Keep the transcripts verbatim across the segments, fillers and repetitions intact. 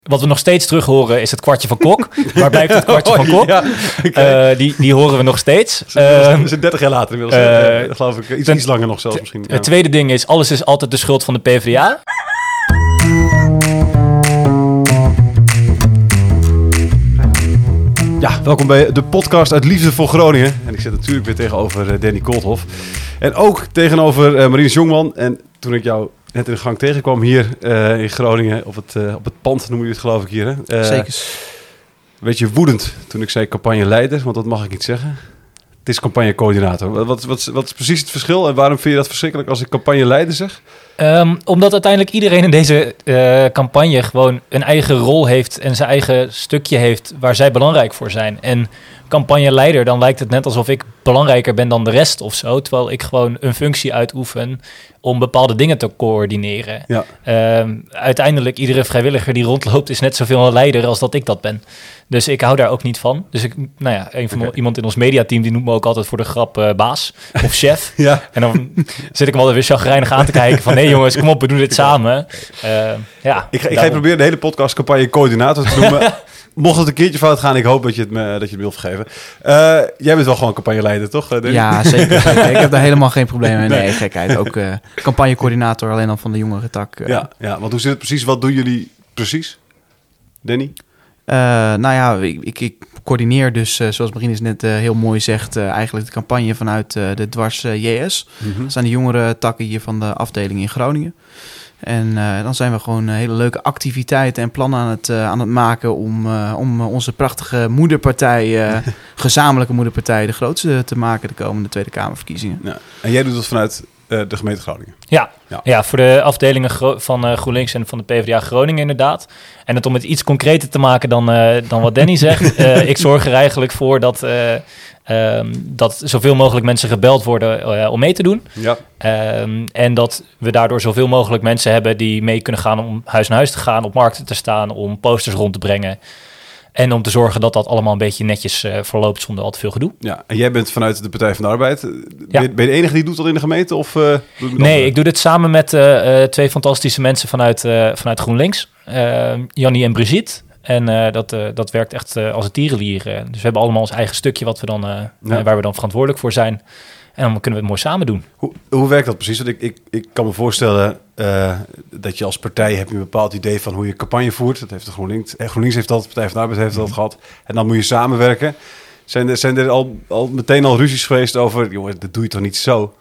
Wat we nog steeds terug horen is het kwartje van Kok. Waar blijft het kwartje van Kok? Ja, okay. uh, die, die horen we nog steeds. Dat is dertig jaar later inmiddels. Uh, uh, geloof ik iets, ten, iets langer nog zelfs misschien. Het ja. tweede ding is, alles is altijd de schuld van de PvdA. Ja, welkom bij de podcast uit Liefde voor Groningen. En ik zit natuurlijk weer tegenover uh, Danny Koolthof. En ook tegenover uh, Marinus Jongman. En toen ik jou net in de gang tegenkwam hier uh, in Groningen, op het, uh, op het pand noemen jullie het geloof ik hier. Hè? Uh, Zeker. Een beetje woedend toen ik zei campagneleider, want dat mag ik niet zeggen. Het is campagnecoördinator. Wat, wat, wat, wat is precies het verschil en waarom vind je dat verschrikkelijk als ik campagneleider zeg? Um, omdat uiteindelijk iedereen in deze uh, campagne gewoon een eigen rol heeft en zijn eigen stukje heeft waar zij belangrijk voor zijn. En campagneleider, dan lijkt het net alsof ik belangrijker ben dan de rest of zo, terwijl ik gewoon een functie uitoefen om bepaalde dingen te coördineren. Ja. Um, uiteindelijk, iedere vrijwilliger die rondloopt is net zoveel een leider als dat ik dat ben. Dus ik hou daar ook niet van. Dus ik, nou ja, een van okay. iemand in ons mediateam die noemt me ook altijd voor de grap uh, baas of chef. Ja. En dan zit ik hem altijd weer chagrijnig aan te kijken van nee jongens, kom op, we doen dit samen. Uh, ja, ik, ga, ik ga je proberen de hele podcast campagnecoördinator te noemen. Mocht het een keertje fout gaan, ik hoop dat je het me, dat je het wil vergeven. Uh, jij bent wel gewoon campagneleider, toch? Danny? Ja, zeker, zeker. Ik heb daar helemaal geen probleem mee. Nee, gekheid. Ook uh, campagnecoördinator, alleen al van de jongere tak. Uh. Ja, ja, want hoe zit het precies? Wat doen jullie precies, Danny? Uh, nou ja, ik, ik, ik coördineer dus, uh, zoals Marinus net uh, heel mooi zegt, uh, eigenlijk de campagne vanuit uh, de Dwars uh, J S. Mm-hmm. Dat zijn de jongere takken hier van de afdeling in Groningen. En uh, dan zijn we gewoon uh, hele leuke activiteiten en plannen aan het, uh, aan het maken om, uh, om uh, onze prachtige moederpartij, uh, gezamenlijke moederpartij, de grootste te maken de komende Tweede Kamerverkiezingen. Ja. En jij doet dat vanuit uh, de gemeente Groningen? Ja. Ja. ja, voor de afdelingen gro- van uh, GroenLinks en van de PvdA Groningen inderdaad. En het om het iets concreter te maken dan, uh, dan wat Danny zegt. uh, ik zorg er eigenlijk voor dat, uh, um, dat zoveel mogelijk mensen gebeld worden uh, om mee te doen. Ja. Um, en dat we daardoor zoveel mogelijk mensen hebben die mee kunnen gaan om huis naar huis te gaan, op markten te staan, om posters rond te brengen. En om te zorgen dat dat allemaal een beetje netjes uh, verloopt zonder al te veel gedoe. Ja, en jij bent vanuit de Partij van de Arbeid. Ja. Ben, ben je de enige die doet dat in de gemeente? Of, uh, doe nee, andere? Ik doe dit samen met uh, uh, twee fantastische mensen vanuit, uh, vanuit GroenLinks. Uh, Jannie en Brigitte. En uh, dat, uh, dat werkt echt uh, als een tierenlier. Uh, dus we hebben allemaal ons eigen stukje wat we dan, uh, ja. waar we dan verantwoordelijk voor zijn. En dan kunnen we het mooi samen doen. Hoe, hoe werkt dat precies? Want ik, ik, ik kan me voorstellen uh, dat je als partij hebt een bepaald idee van hoe je campagne voert. Dat heeft de GroenLinks. Eh, GroenLinks heeft dat, de Partij van de Arbeid heeft dat gehad. En dan moet je samenwerken. Zijn er, zijn er al, al meteen al ruzies geweest over, jongen, dat doe je toch niet zo?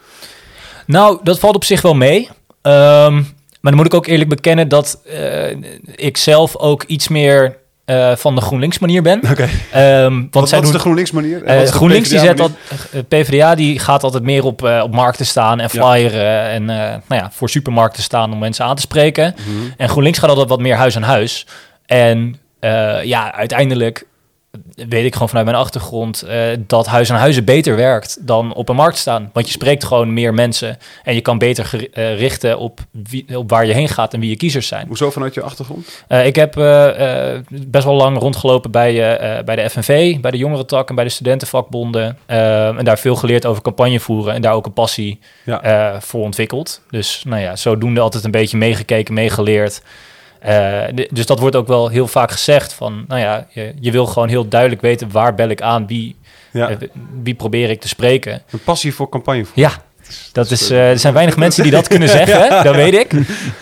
Nou, dat valt op zich wel mee. Um, maar dan moet ik ook eerlijk bekennen dat uh, ik zelf ook iets meer Uh, van de GroenLinks manier ben. Okay. Um, want wat zij wat doen, is de GroenLinks manier? Uh, GroenLinks die zet dat, uh, PvdA die gaat altijd meer op, uh, op markten staan en flyeren ja. en uh, nou ja, voor supermarkten staan om mensen aan te spreken. Mm-hmm. En GroenLinks gaat altijd wat meer huis aan huis. En uh, ja, uiteindelijk weet ik gewoon vanuit mijn achtergrond uh, dat huis aan huizen beter werkt dan op een markt staan. Want je spreekt gewoon meer mensen en je kan beter ger- uh, richten op, wie, op waar je heen gaat en wie je kiezers zijn. Hoezo vanuit je achtergrond? Uh, ik heb uh, uh, best wel lang rondgelopen bij, uh, uh, bij de F N V, bij de jongerentak en bij de studentenvakbonden. Uh, en daar veel geleerd over campagne voeren en daar ook een passie ja. uh, voor ontwikkeld. Dus nou ja, zodoende altijd een beetje meegekeken, meegeleerd. Uh, de, dus dat wordt ook wel heel vaak gezegd van, nou ja, je, je wil gewoon heel duidelijk weten waar bel ik aan, wie, ja. uh, wie probeer ik te spreken. Een passie voor campagne. Ja, dat is, uh, er zijn weinig mensen die dat kunnen zeggen, ja. Dat weet ik.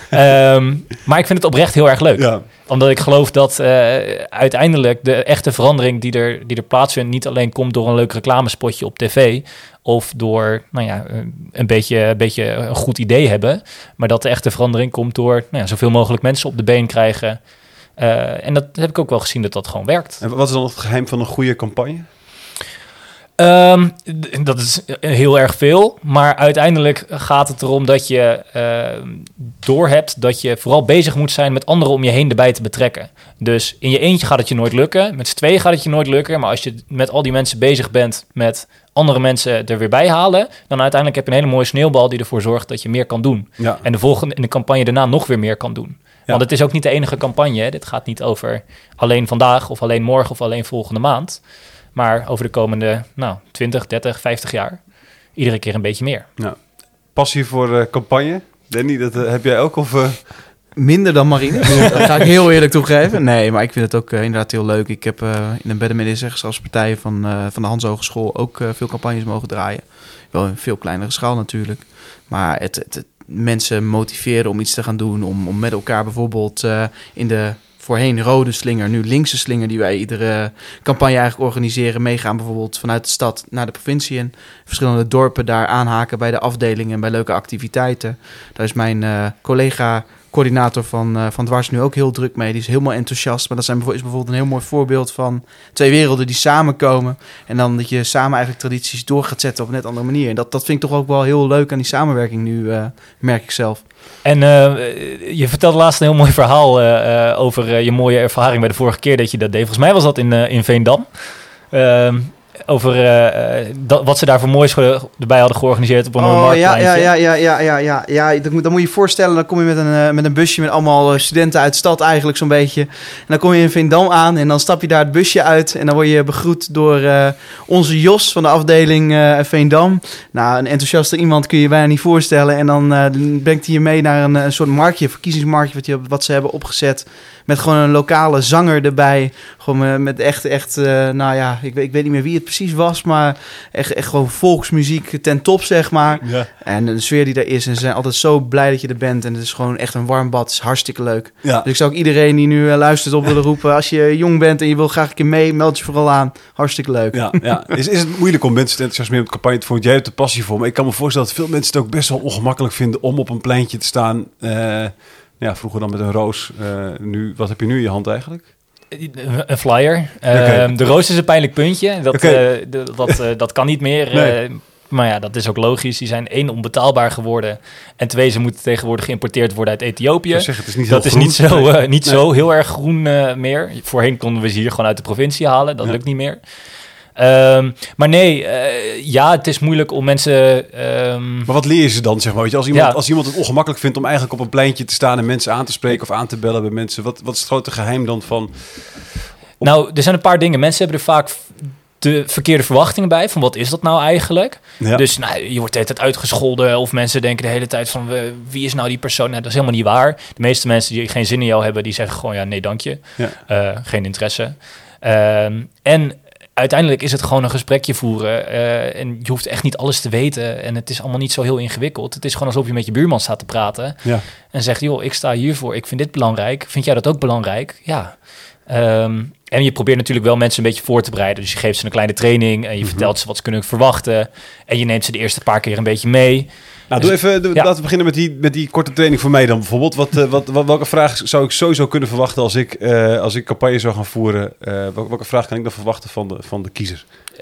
Um, maar ik vind het oprecht heel erg leuk. Ja. Omdat ik geloof dat uh, uiteindelijk de echte verandering die er, die er plaatsvindt niet alleen komt door een leuk reclamespotje op tv of door nou ja, een, beetje, een beetje een goed idee hebben, maar dat de echte verandering komt door nou ja, zoveel mogelijk mensen op de been krijgen. Uh, en dat heb ik ook wel gezien dat dat gewoon werkt. En wat is dan het geheim van een goede campagne? Um, dat is heel erg veel, maar uiteindelijk gaat het erom dat je uh, doorhebt dat je vooral bezig moet zijn met anderen om je heen erbij te betrekken. Dus in je eentje gaat het je nooit lukken, met z'n tweeën gaat het je nooit lukken, maar als je met al die mensen bezig bent met andere mensen er weer bij halen, dan uiteindelijk heb je een hele mooie sneeuwbal die ervoor zorgt dat je meer kan doen. Ja. En de volgende in de campagne daarna nog weer meer kan doen. Ja. Want het is ook niet de enige campagne, hè? Dit gaat niet over alleen vandaag of alleen morgen of alleen volgende maand. Maar over de komende nou, twintig, dertig, vijftig jaar iedere keer een beetje meer. Ja. Passie voor uh, campagne? Danny, dat uh, heb jij ook? Of, uh... minder dan Marine. Dat ga ik heel eerlijk toegeven. Nee, maar ik vind het ook uh, inderdaad heel leuk. Ik heb uh, in de beddenmiddengezelschapspartij van, uh, van de Hans Hogeschool ook uh, veel campagnes mogen draaien. Wel in veel kleinere schaal natuurlijk. Maar het, het, het mensen motiveren om iets te gaan doen. Om, om met elkaar bijvoorbeeld uh, in de voorheen rode slinger, nu linkse slinger die wij iedere campagne eigenlijk organiseren, meegaan bijvoorbeeld vanuit de stad naar de provincie en verschillende dorpen daar aanhaken bij de afdelingen en bij leuke activiteiten. Daar is mijn uh, collega coördinator van, uh, van Dwars nu ook heel druk mee. Die is helemaal enthousiast. Maar dat zijn, is bijvoorbeeld een heel mooi voorbeeld van twee werelden die samenkomen. En dan dat je samen eigenlijk tradities door gaat zetten op een net andere manier. En dat, dat vind ik toch ook wel heel leuk aan die samenwerking nu, uh, merk ik zelf. En uh, je vertelde laatst een heel mooi verhaal uh, uh, over uh, je mooie ervaring bij de vorige keer dat je dat deed. Volgens mij was dat in, uh, in Veendam. Uh, over uh, dat, wat ze daar voor moois erbij hadden georganiseerd op een oh, marktpleintje. Ja, ja, ja, ja, ja, ja, ja. Dat moet, dan moet je je voorstellen, dan kom je met een, uh, met een busje met allemaal uh, studenten uit de stad eigenlijk zo'n beetje. En dan kom je in Veendam aan en dan stap je daar het busje uit en dan word je begroet door uh, onze Jos van de afdeling uh, Veendam. Nou, een enthousiaste iemand kun je je bijna niet voorstellen. En dan uh, brengt hij je mee naar een, een soort marktje, een verkiezingsmarktje wat, die, wat ze hebben opgezet. Met gewoon een lokale zanger erbij. Gewoon met echt, echt uh, nou ja, ik weet, ik weet niet meer wie het precies was. Maar echt, echt gewoon volksmuziek ten top, zeg maar. Ja. En de sfeer die er is. En ze zijn altijd zo blij dat je er bent. En het is gewoon echt een warm bad. Het is hartstikke leuk. Ja. Dus ik zou ook iedereen die nu uh, luistert op willen roepen. Als je jong bent en je wil graag een keer mee, meld je vooral aan. Hartstikke leuk. Ja, ja. Is, is het moeilijk om mensen te enthousiasmeren op de campagne te voeren? Jij hebt de passie voor. Maar ik kan me voorstellen dat veel mensen het ook best wel ongemakkelijk vinden om op een pleintje te staan. Uh, Ja, vroeger dan met een roos. Uh, nu, wat heb je nu in je hand eigenlijk? Een flyer. Okay. Uh, de roos is een pijnlijk puntje. Dat, okay. uh, de, dat, uh, dat kan niet meer. Nee. Uh, maar ja, dat is ook logisch. Die zijn één, onbetaalbaar geworden. En twee, ze moeten tegenwoordig geïmporteerd worden uit Ethiopië. Zeg, het is niet dat is groen. niet, zo, uh, niet nee. zo heel erg groen uh, meer. Voorheen konden we ze hier gewoon uit de provincie halen. Dat ja. lukt niet meer. Um, maar nee, uh, ja, het is moeilijk om mensen... Um... Maar wat leer je ze dan, zeg maar? Weet je, als, iemand, ja. als iemand het ongemakkelijk vindt om eigenlijk op een pleintje te staan en mensen aan te spreken of aan te bellen bij mensen, wat, wat is het grote geheim dan van... Op... Nou, er zijn een paar dingen. Mensen hebben er vaak de verkeerde verwachtingen bij, van wat is dat nou eigenlijk? Ja. Dus nou, je wordt de hele tijd uitgescholden of mensen denken de hele tijd van wie is nou die persoon? Nou, dat is helemaal niet waar. De meeste mensen die geen zin in jou hebben, die zeggen gewoon ja, nee, dank je. Ja. Uh, geen interesse. Um, en uiteindelijk is het gewoon een gesprekje voeren. Uh, en je hoeft echt niet alles te weten. En het is allemaal niet zo heel ingewikkeld. Het is gewoon alsof je met je buurman staat te praten. Ja. En zegt, joh, ik sta hiervoor. Ik vind dit belangrijk. Vind jij dat ook belangrijk? Ja. Um, en je probeert natuurlijk wel mensen een beetje voor te bereiden. Dus je geeft ze een kleine training. En je mm-hmm. vertelt ze wat ze kunnen verwachten. En je neemt ze de eerste paar keer een beetje mee. Nou, doe even, doe, ja. laten we beginnen met die, met die korte training voor mij dan bijvoorbeeld. Wat, uh, wat, wat, welke vraag zou ik sowieso kunnen verwachten als ik, uh, als ik campagne zou gaan voeren? Uh, welke, welke vraag kan ik dan verwachten van de, van de kiezer?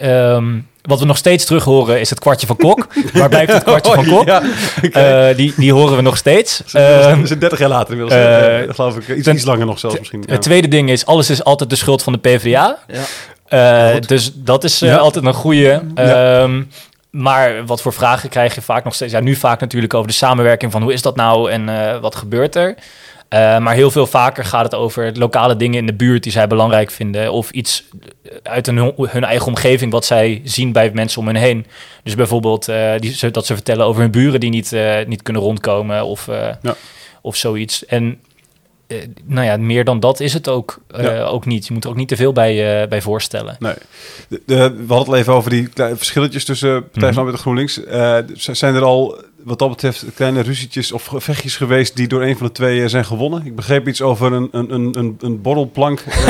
Um, wat we nog steeds terug horen is het kwartje van Kok. Waar blijft het kwartje van Kok? Ja, okay. uh, die, die horen we nog steeds. Dat is dertig jaar later inmiddels. Uh, uh, geloof ik. Iets, ten, iets langer nog zelfs misschien. Ja. Het tweede ding is, alles is altijd de schuld van de P v d A. Ja. Uh, dus dat is uh, ja. altijd een goede. Ja. Um, Maar wat voor vragen krijg je vaak nog steeds? Ja, nu vaak natuurlijk over de samenwerking van hoe is dat nou en uh, wat gebeurt er? Uh, maar heel veel vaker gaat het over lokale dingen in de buurt die zij belangrijk vinden. Of iets uit hun, hun eigen omgeving wat zij zien bij mensen om hen heen. Dus bijvoorbeeld uh, die, dat ze vertellen over hun buren die niet, uh, niet kunnen rondkomen of, uh, ja. of zoiets. En Uh, nou ja, meer dan dat is het ook, uh, ja. ook niet. Je moet er ook niet te veel bij, uh, bij voorstellen. Nee. De, de, we hadden het even over die kleine verschilletjes tussen Partij van mm-hmm. en GroenLinks. Uh, zijn er al, wat dat betreft, kleine ruzietjes of vechtjes geweest die door een van de twee uh, zijn gewonnen? Ik begreep iets over een, een, een, een borrelplank. Uh,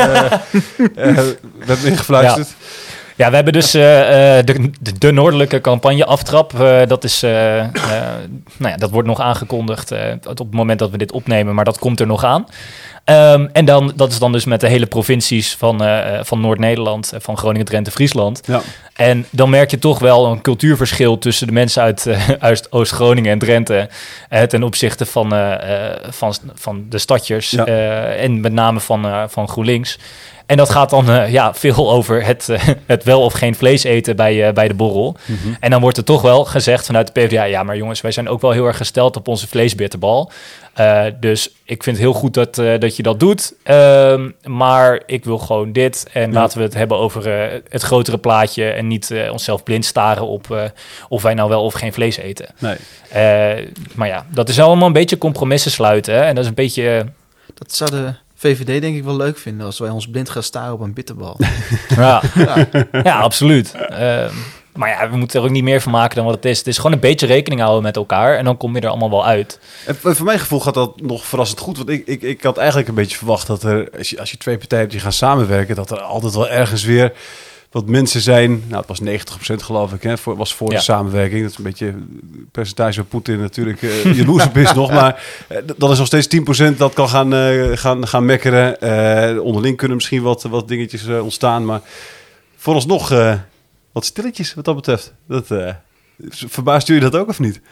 uh, werd ingefluisterd. Ja. Ja, we hebben dus uh, de, de, de noordelijke campagne aftrap. Uh, dat is, uh, uh, nou ja, dat wordt nog aangekondigd uh, op het moment dat we dit opnemen, maar dat komt er nog aan. Um, en dan, dat is dan dus met de hele provincies van, uh, van Noord-Nederland, van Groningen, Drenthe, Friesland. Ja. En dan merk je toch wel een cultuurverschil tussen de mensen uit, uh, uit Oost-Groningen en Drenthe uh, ten opzichte van, uh, van, van de stadjers ja. uh, en met name van, uh, van GroenLinks. En dat gaat dan uh, ja, veel over het, uh, het wel of geen vlees eten bij, uh, bij de borrel. Mm-hmm. En dan wordt er toch wel gezegd vanuit de PvdA... ja, maar jongens, wij zijn ook wel heel erg gesteld op onze vleesbitterbal. Uh, dus ik vind het heel goed dat, uh, dat je dat doet. Uh, maar ik wil gewoon dit. En ja. laten we het hebben over uh, het grotere plaatje... en niet uh, onszelf blind staren op uh, of wij nou wel of geen vlees eten. Nee. Uh, maar ja, dat is allemaal een beetje compromissen sluiten. Hè? En dat is een beetje... Uh, dat zou de V V D denk ik wel leuk vinden... als wij ons blind gaan staren op een bitterbal. ja. ja. ja, absoluut. Uh, maar ja, we moeten er ook niet meer van maken dan wat het is. Het is gewoon een beetje rekening houden met elkaar... en dan kom je er allemaal wel uit. En voor mijn gevoel gaat dat nog verrassend goed. Want ik, ik, ik had eigenlijk een beetje verwacht dat er... als je, als je twee partijen hebt die gaan samenwerken... dat er altijd wel ergens weer... wat mensen zijn, nou het was negentig procent geloof ik, hè, voor, was voor ja. de samenwerking. Dat is een beetje een percentage waar Poetin natuurlijk uh, jaloers op is nog. Maar uh, dat is nog steeds tien procent dat kan gaan, uh, gaan, gaan mekkeren. Uh, onderling kunnen misschien wat, wat dingetjes uh, ontstaan. Maar vooralsnog uh, wat stilletjes wat dat betreft. Dat, uh, verbaast jullie dat ook of niet?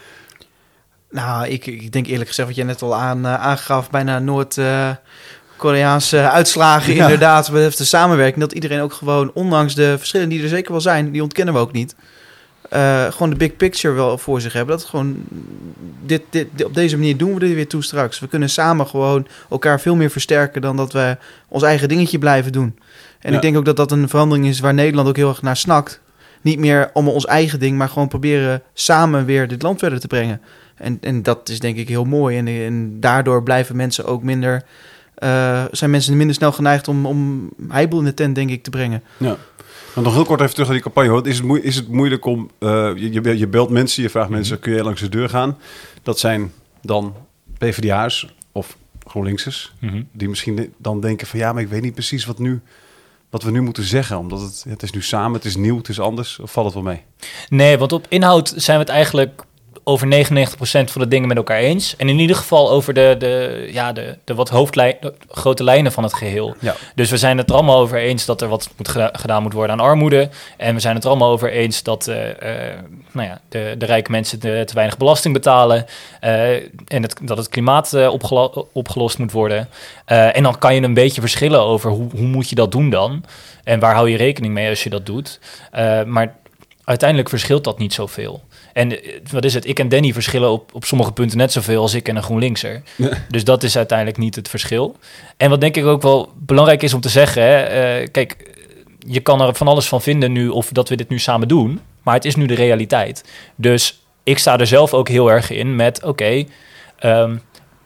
Nou, ik, ik denk eerlijk gezegd wat jij net al aan, uh, aangaf, bijna Noord... Uh, Koreaanse uitslagen, ja. inderdaad, betreft de samenwerking. Dat iedereen ook gewoon, ondanks de verschillen die er zeker wel zijn, die ontkennen we ook niet, uh, gewoon de big picture wel voor zich hebben. Dat het gewoon, dit, dit, dit, op deze manier doen we dit weer toe straks. We kunnen samen gewoon elkaar veel meer versterken dan dat we ons eigen dingetje blijven doen. En ja. ik denk ook dat dat een verandering is waar Nederland ook heel erg naar snakt. Niet meer allemaal ons eigen ding, maar gewoon proberen samen weer dit land verder te brengen. En, en dat is denk ik heel mooi. En, en daardoor blijven mensen ook minder... Uh, zijn mensen minder snel geneigd om, om heibel in de tent, denk ik, te brengen. Ja. Maar nog heel kort even terug naar die campagne. Is het, moe- is het moeilijk om... Uh, je, je belt mensen, je vraagt mensen... kun je langs de deur gaan? Dat zijn dan PvdA'ers of GroenLinksers... Mm-hmm. die misschien dan denken van... ja, maar ik weet niet precies wat, nu, wat we nu moeten zeggen. Omdat het, het is nu samen, het is nieuw, het is anders. Of valt het wel mee? Nee, want op inhoud zijn we het eigenlijk... over negenennegentig procent van de dingen met elkaar eens. En in ieder geval over de, de, ja, de, de wat hoofdlijn, de grote lijnen van het geheel. Ja. Dus we zijn het er allemaal over eens dat er wat moet geda- gedaan moet worden aan armoede. En we zijn het er allemaal over eens dat uh, uh, nou ja, de, de rijke mensen te, te weinig belasting betalen. Uh, en het, dat het klimaat uh, opgelo- opgelost moet worden. Uh, en dan kan je een beetje verschillen over hoe, hoe moet je dat doen dan. En waar hou je rekening mee als je dat doet. Uh, maar uiteindelijk verschilt dat niet zoveel. En wat is het? Ik en Danny verschillen op, op sommige punten net zoveel als ik en een GroenLinkser. Ja. Dus dat is uiteindelijk niet het verschil. En wat denk ik ook wel belangrijk is om te zeggen... Hè, uh, kijk, je kan er van alles van vinden nu of dat we dit nu samen doen... maar het is nu de realiteit. Dus ik sta er zelf ook heel erg in met... oké, okay, um,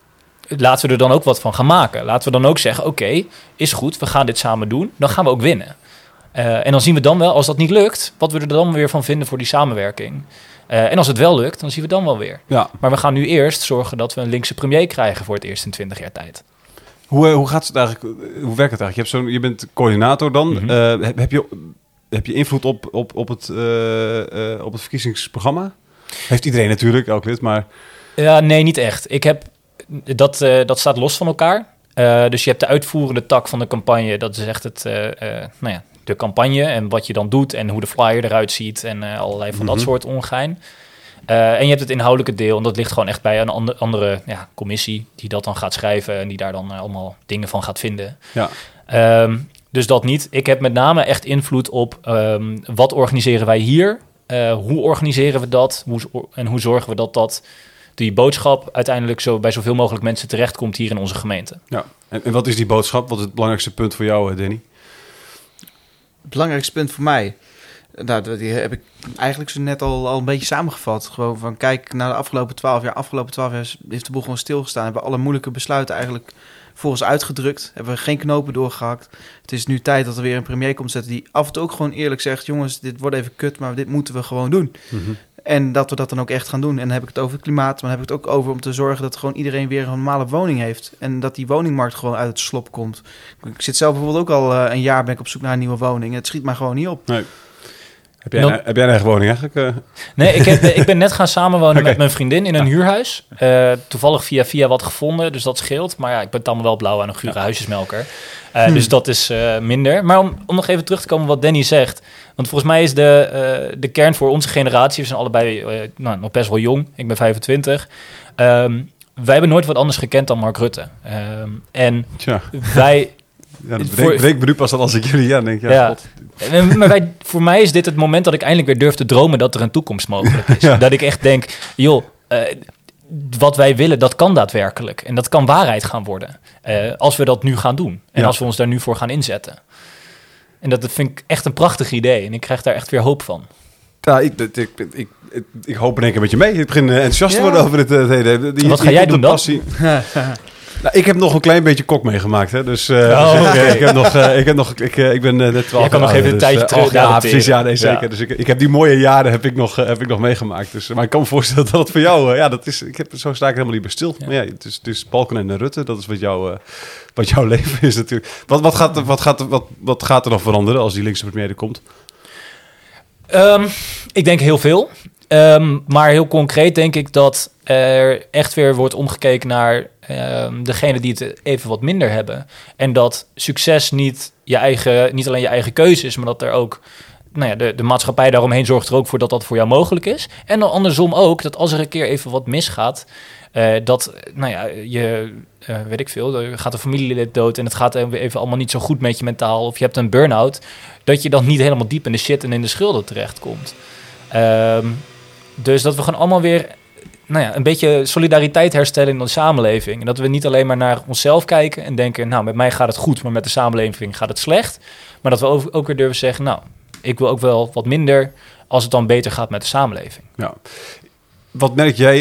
laten we er dan ook wat van gaan maken. Laten we dan ook zeggen, oké, okay, is goed, we gaan dit samen doen. Dan gaan we ook winnen. Uh, en dan zien we dan wel, als dat niet lukt... wat we er dan weer van vinden voor die samenwerking... Uh, en als het wel lukt, dan zien we dan wel weer. Ja. Maar we gaan nu eerst zorgen dat we een linkse premier krijgen... voor het eerst in twintig jaar tijd. Hoe, hoe gaat het eigenlijk? Hoe werkt het eigenlijk? Je, hebt zo'n, je bent coördinator dan. Mm-hmm. Uh, heb, heb, je, heb je invloed op, op, op, het, uh, uh, op het verkiezingsprogramma? Heeft iedereen natuurlijk, elk lid, maar... Ja, nee, niet echt. Ik heb, dat, uh, dat staat los van elkaar. Uh, dus je hebt de uitvoerende tak van de campagne. Dat is echt het... Uh, uh, nou ja, de campagne en wat je dan doet en hoe de flyer eruit ziet en uh, allerlei van mm-hmm. dat soort ongein. Uh, en je hebt het inhoudelijke deel en dat ligt gewoon echt bij een andere, andere ja, commissie die dat dan gaat schrijven en die daar dan uh, allemaal dingen van gaat vinden. Ja. Um, dus dat niet. Ik heb met name echt invloed op um, wat organiseren wij hier, uh, hoe organiseren we dat hoe, en hoe zorgen we dat dat die boodschap uiteindelijk zo bij zoveel mogelijk mensen terechtkomt hier in onze gemeente. Ja. En, en wat is die boodschap? Wat is het belangrijkste punt voor jou, Danny? Het belangrijkste punt voor mij, nou, die heb ik eigenlijk zo net al, al een beetje samengevat. Gewoon van kijk naar de afgelopen twaalf jaar. Afgelopen twaalf jaar heeft de boel gewoon stilgestaan. Hebben alle moeilijke besluiten eigenlijk voor ons uitgedrukt. Hebben we geen knopen doorgehakt. Het is nu tijd dat er weer een premier komt zetten die af en toe ook gewoon eerlijk zegt... jongens, dit wordt even kut, maar dit moeten we gewoon doen. Mm-hmm. En dat we dat dan ook echt gaan doen. En dan heb ik het over het klimaat, maar dan heb ik het ook over om te zorgen dat gewoon iedereen weer een normale woning heeft. En dat die woningmarkt gewoon uit het slop komt. Ik zit zelf bijvoorbeeld ook al uh, een jaar ben ik op zoek naar een nieuwe woning. Het schiet maar gewoon niet op. Nee. Heb jij, een, heb jij een eigen woning eigenlijk? Uh? Nee, ik, heb, ik ben net gaan samenwonen okay. met mijn vriendin in een ja. huurhuis. Uh, toevallig via via wat gevonden, dus dat scheelt. Maar ja, ik ben dan wel blauw aan een gure ja. huisjesmelker. Uh, hmm. Dus dat is uh, minder. Maar om, om nog even terug te komen wat Danny zegt. Want volgens mij is de, uh, de kern voor onze generatie... we zijn allebei uh, nou, nog best wel jong. Ik ben vijfentwintig. Um, wij hebben nooit wat anders gekend dan Mark Rutte. Um, en ja. wij... Ja, dat Voor- bedenk, bedenk me nu pas dat als ik jullie ja denk. Ja, Ja. God. En- Maar wij, voor mij is dit het moment dat ik eindelijk weer durf te dromen dat er een toekomst mogelijk is. Ja. Dat ik echt denk, joh, uh, wat wij willen, dat kan daadwerkelijk. En dat kan waarheid gaan worden. Uh, als we dat nu gaan doen. En Ja. als we ons daar nu voor gaan inzetten. En dat vind ik echt een prachtig idee. En ik krijg daar echt weer hoop van. Ja, ik, ik, ik, ik, ik, ik hoop in één keer met je mee. Ik begin uh, enthousiast te Ja. worden over dit uh, hele... Die, Wat ga die jij komt doen de dan? passie. Nou, ik heb nog een klein beetje kok meegemaakt, hè. Dus, uh, Oh, dus oké. ik, ik heb nog, uh, ik heb nog, ik, uh, ik ben uh, net twaalf Jij kan nog jaar even een ouder, tijdje dus, uh, terug oh, ja, dateren. precies, ja, nee, zeker. Ja. Dus ik, ik heb die mooie jaren heb ik nog, uh, heb ik nog meegemaakt. Dus, uh, maar ik kan me voorstellen dat het voor jou, uh, ja, dat is, ik heb zo sta ik helemaal niet bij stil. Ja. Maar ja, het is, het is Balkenende en Rutte, dat is wat, jou, uh, wat jouw leven is natuurlijk. Wat, wat, gaat, er- wat, gaat, er- wat, wat gaat er dan veranderen als die linkse premier er komt? Um, ik denk heel veel. Um, maar heel concreet denk ik dat er echt weer wordt omgekeken naar um, degene die het even wat minder hebben. En dat succes niet, je eigen, niet alleen je eigen keuze is, maar dat er ook... Nou ja, de, de maatschappij daaromheen zorgt er ook voor dat dat voor jou mogelijk is. En dan andersom ook, dat als er een keer even wat misgaat... Uh, dat, nou ja, je, uh, weet ik veel, er gaat een familielid dood... en het gaat even allemaal niet zo goed met je mentaal... of je hebt een burn-out, dat je dan niet helemaal diep in de shit en in de schulden terechtkomt. Um, dus dat we gewoon allemaal weer... Nou ja, een beetje solidariteit herstellen in de samenleving. En dat we niet alleen maar naar onszelf kijken en denken... nou, met mij gaat het goed, maar met de samenleving gaat het slecht. Maar dat we ook, ook weer durven zeggen... nou, ik wil ook wel wat minder als het dan beter gaat met de samenleving. Ja. Wat merk jij,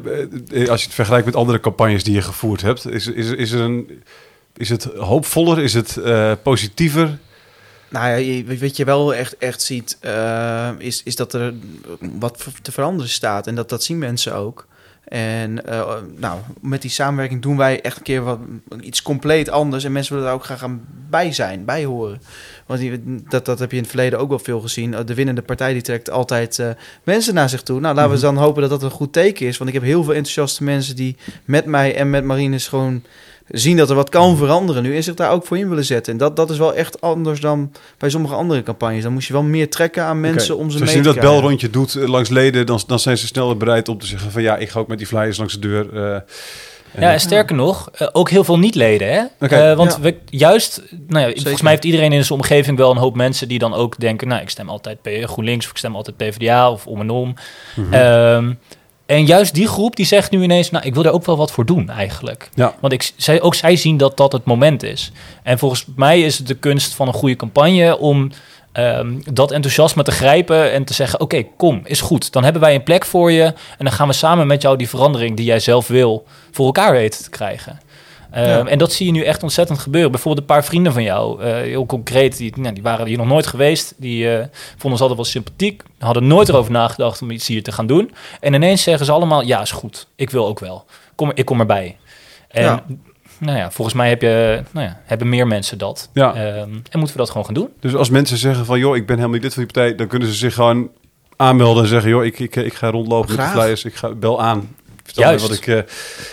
uh, als je het vergelijkt met andere campagnes die je gevoerd hebt? Is, is, is, er een, is het hoopvoller? Is het uh, positiever? Nou ja, je, wat je wel echt, echt ziet, uh, is, is dat er wat te veranderen staat. En dat, dat zien mensen ook. En uh, nou, met die samenwerking doen wij echt een keer wat, iets compleet anders. En mensen willen daar ook graag aan bij zijn, bij horen. Want die, dat, dat heb je in het verleden ook wel veel gezien. De winnende partij die trekt altijd uh, mensen naar zich toe. Nou, laten we dan hopen dat dat een goed teken is. Want ik heb heel veel enthousiaste mensen die met mij en met Marinus gewoon... zien dat er wat kan veranderen nu en zich daar ook voor in willen zetten. En dat, dat is wel echt anders dan bij sommige andere campagnes. Dan moest je wel meer trekken aan mensen Okay. om ze dus mee als te je dat krijgen. belrondje doet uh, langs leden, dan, dan zijn ze sneller bereid om te zeggen van ja, ik ga ook met die flyers langs de deur. Uh, Ja, en sterker nog, uh, ook heel veel niet-leden. Hè? Okay. Uh, want Ja. we juist, nou ja, volgens Zeker. mij heeft iedereen in zijn omgeving wel een hoop mensen die dan ook denken, nou, ik stem altijd P- GroenLinks of ik stem altijd PvdA of om en om. Mm-hmm. Um, en juist die groep die zegt nu ineens, nou, ik wil daar ook wel wat voor doen eigenlijk. Ja. Want ik, zij, ook zij zien dat dat het moment is. En volgens mij is het de kunst van een goede campagne om um, dat enthousiasme te grijpen en te zeggen, oké, okay, kom, is goed. Dan hebben wij een plek voor je en dan gaan we samen met jou die verandering die jij zelf wil voor elkaar weten te krijgen. Um, ja. En dat zie je nu echt ontzettend gebeuren. Bijvoorbeeld een paar vrienden van jou, uh, heel concreet, die, nou, die waren hier nog nooit geweest. Die uh, vonden ons altijd wel sympathiek, hadden nooit erover nagedacht om iets hier te gaan doen. En ineens zeggen ze allemaal, ja, is goed, ik wil ook wel. Kom, ik kom erbij. En ja. Nou ja, volgens mij heb je, nou ja, hebben meer mensen dat. Ja. Um, en moeten we dat gewoon gaan doen. Dus als mensen zeggen van, joh, ik ben helemaal niet lid van die partij, dan kunnen ze zich gewoon aanmelden en zeggen, joh, ik, ik, ik ga rondlopen Graag. met de flyers, ik ga bel aan. Vertel Juist. Me wat ik... Uh,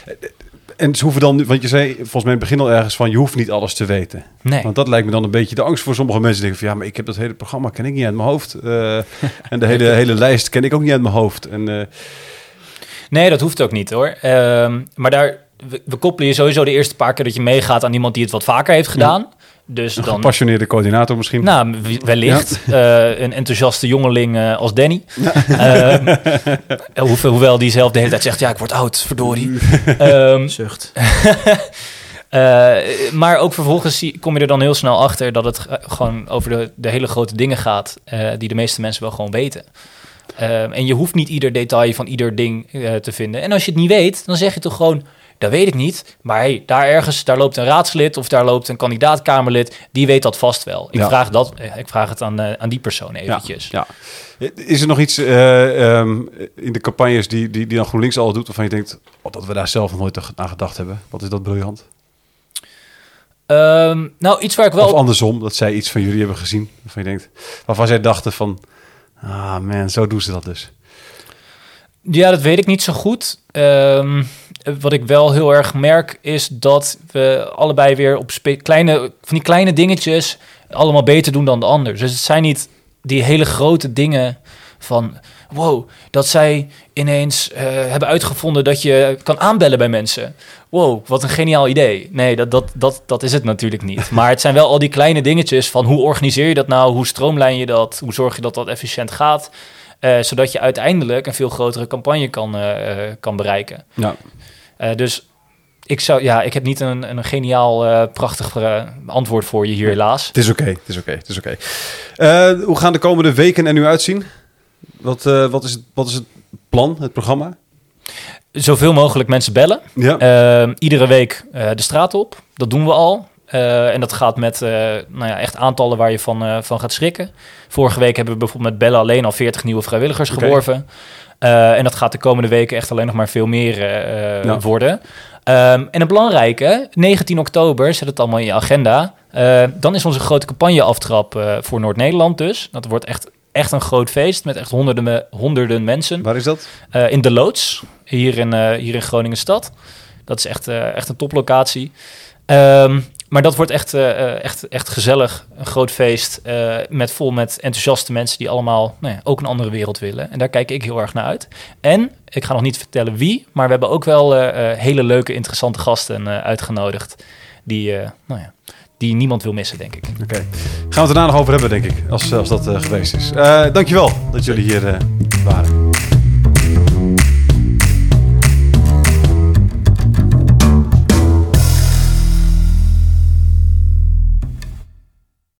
En ze hoeven dan, want je zei volgens mij in het begin al ergens van, je hoeft niet alles te weten. Nee. Want dat lijkt me dan een beetje de angst voor sommige mensen. Die denken van, ja, maar ik heb dat hele programma, ken ik niet uit mijn hoofd. Uh, en de hele, hele lijst ken ik ook niet uit mijn hoofd. En, uh... Nee, dat hoeft ook niet hoor. Um, maar daar, we, we koppelen je sowieso de eerste paar keer dat je meegaat aan iemand die het wat vaker heeft gedaan. Ja. Dus een dan, gepassioneerde coördinator misschien. Nou, wellicht. Ja. Uh, een enthousiaste jongeling uh, als Danny. Ja. Uh, hoewel, hoewel die zelf de hele tijd zegt, ja, ik word oud, verdorie. um, Zucht. uh, maar ook vervolgens kom je er dan heel snel achter dat het uh, gewoon over de, de hele grote dingen gaat, uh, die de meeste mensen wel gewoon weten. Uh, en je hoeft niet ieder detail van ieder ding uh, te vinden. En als je het niet weet, dan zeg je toch gewoon, dat weet ik niet, maar hey, daar ergens, daar loopt een raadslid of daar loopt een kandidaat-kamerlid, die weet dat vast wel. Ik, ja. vraag, dat, ik vraag het aan, uh, aan die persoon eventjes. Ja, ja. Is er nog iets uh, um, in de campagnes die, die, die dan GroenLinks al doet, waarvan je denkt, oh, dat we daar zelf nog nooit aan gedacht hebben? Wat is dat briljant? Um, nou, iets waar ik wel... Of andersom, dat zij iets van jullie hebben gezien, waarvan je denkt, waarvan zij dachten van, ah man, zo doen ze dat dus. Ja, dat weet ik niet zo goed. Um, wat ik wel heel erg merk is dat we allebei weer op spe- kleine, van die kleine dingetjes allemaal beter doen dan de ander. Dus het zijn niet die hele grote dingen Van, wow, dat zij ineens uh, hebben uitgevonden dat je kan aanbellen bij mensen. Wow, wat een geniaal idee. Nee, dat, dat, dat, dat is het natuurlijk niet. Maar het zijn wel al die kleine dingetjes van hoe organiseer je dat nou? Hoe stroomlijn je dat? Hoe zorg je dat dat efficiënt gaat? Uh, zodat je uiteindelijk een veel grotere campagne kan, uh, kan bereiken. Ja. Uh, dus ik, zou, ja, ik heb niet een, een geniaal, uh, prachtig uh, antwoord voor je hier, helaas. Het is oké, het is oké, het is oké. Uh, hoe gaan de komende weken er nu uitzien? Wat, uh, wat, is het, wat is het plan, het programma? Zoveel mogelijk mensen bellen. Ja. Uh, iedere week uh, de straat op. Dat doen we al. Uh, en dat gaat met uh, nou ja, echt aantallen waar je van, uh, van gaat schrikken. Vorige week hebben we bijvoorbeeld met bellen alleen al veertig nieuwe vrijwilligers okay. geworven. Uh, en dat gaat de komende weken echt alleen nog maar veel meer uh, ja. worden. Um, en een belangrijke, negentien oktober, zet het allemaal in je agenda. Uh, dan is onze grote campagneaftrap uh, voor Noord-Nederland dus. Dat wordt echt, echt een groot feest met echt honderden, honderden mensen. Waar is dat? Uh, in De Loods, hier in, uh, hier in Groningen stad. Dat is echt, uh, echt een toplocatie. Um, maar dat wordt echt, uh, echt, echt gezellig, een groot feest uh, met vol met enthousiaste mensen die allemaal nou ja, ook een andere wereld willen. En daar kijk ik heel erg naar uit. En ik ga nog niet vertellen wie, maar we hebben ook wel uh, uh, hele leuke, interessante gasten uh, uitgenodigd die, uh, nou ja, die niemand wil missen, denk ik. Oké, okay. Gaan we het er daarna nog over hebben, denk ik, als, als dat uh, geweest is. Uh, dankjewel dat jullie hier uh, waren.